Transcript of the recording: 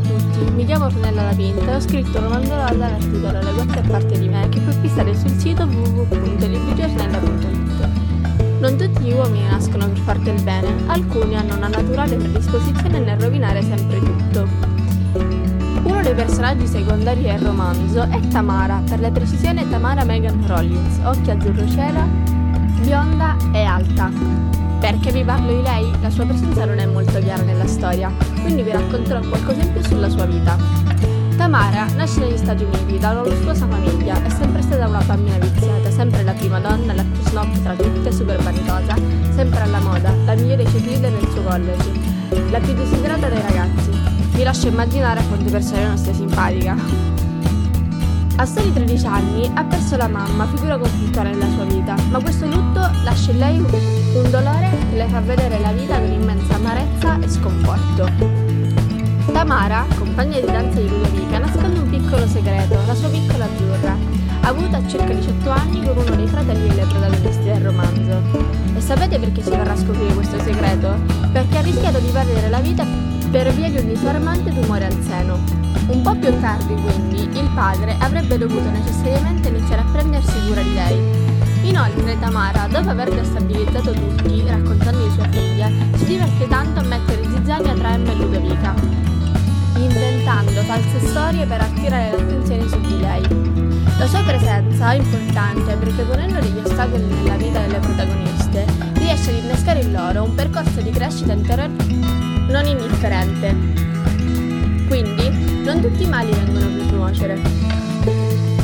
tutti, mi chiamo Ornella Lapinta e ho scritto un romanzo dal titolo Le quattro parti di me che puoi acquistare sul sito www.libriornella.it. Non tutti gli uomini nascono per far del bene, alcuni hanno una naturale predisposizione nel rovinare sempre tutto. Uno dei personaggi secondari del romanzo è Tamara, per la precisione Tamara Megan Rollins, occhi azzurro cielo, bionda e alta. Perché vi parlo di lei? La sua presenza non è molto chiara nella storia, quindi vi racconterò qualcosa in più sulla sua vita. Tamara nasce negli Stati Uniti da una lussuosa famiglia, è sempre stata una bambina viziata, sempre la prima donna, la più snob tra tutte, super vanitosa, sempre alla moda, la migliore cheerleader del suo college, la più desiderata dai ragazzi. Vi lascio immaginare a quante persone non sia simpatica. A soli 13 anni ha perso la mamma, figura conflittuale nella sua vita, ma questo lutto lascia in lei un dolore che le fa vedere la vita con immensa amarezza e sconforto. Tamara, compagna di danza di Ludovica, nasconde un piccolo segreto, la sua piccola azzurra, avuta a circa 18 anni con uno dei fratelli delle protagonisti del romanzo. E sapete perché si verrà a scoprire questo segreto? Perché ha rischiato di perdere la vita per via di un disarmante tumore al seno. Un po' più tardi, quindi, il padre avrebbe dovuto necessariamente iniziare a prendersi cura di lei. Inoltre, Tamara, dopo aver destabilizzato tutti, raccontando di sua figlia, si diverte tanto a mettere zizzania tra Emma e Ludovica, inventando false storie per attirare l'attenzione su di lei. La sua presenza è importante perché, ponendo degli ostacoli nella vita delle protagoniste, riesce ad innescare in loro un percorso di crescita interiore non indifferente. Quindi, non tutti i mali vengono per nuocere.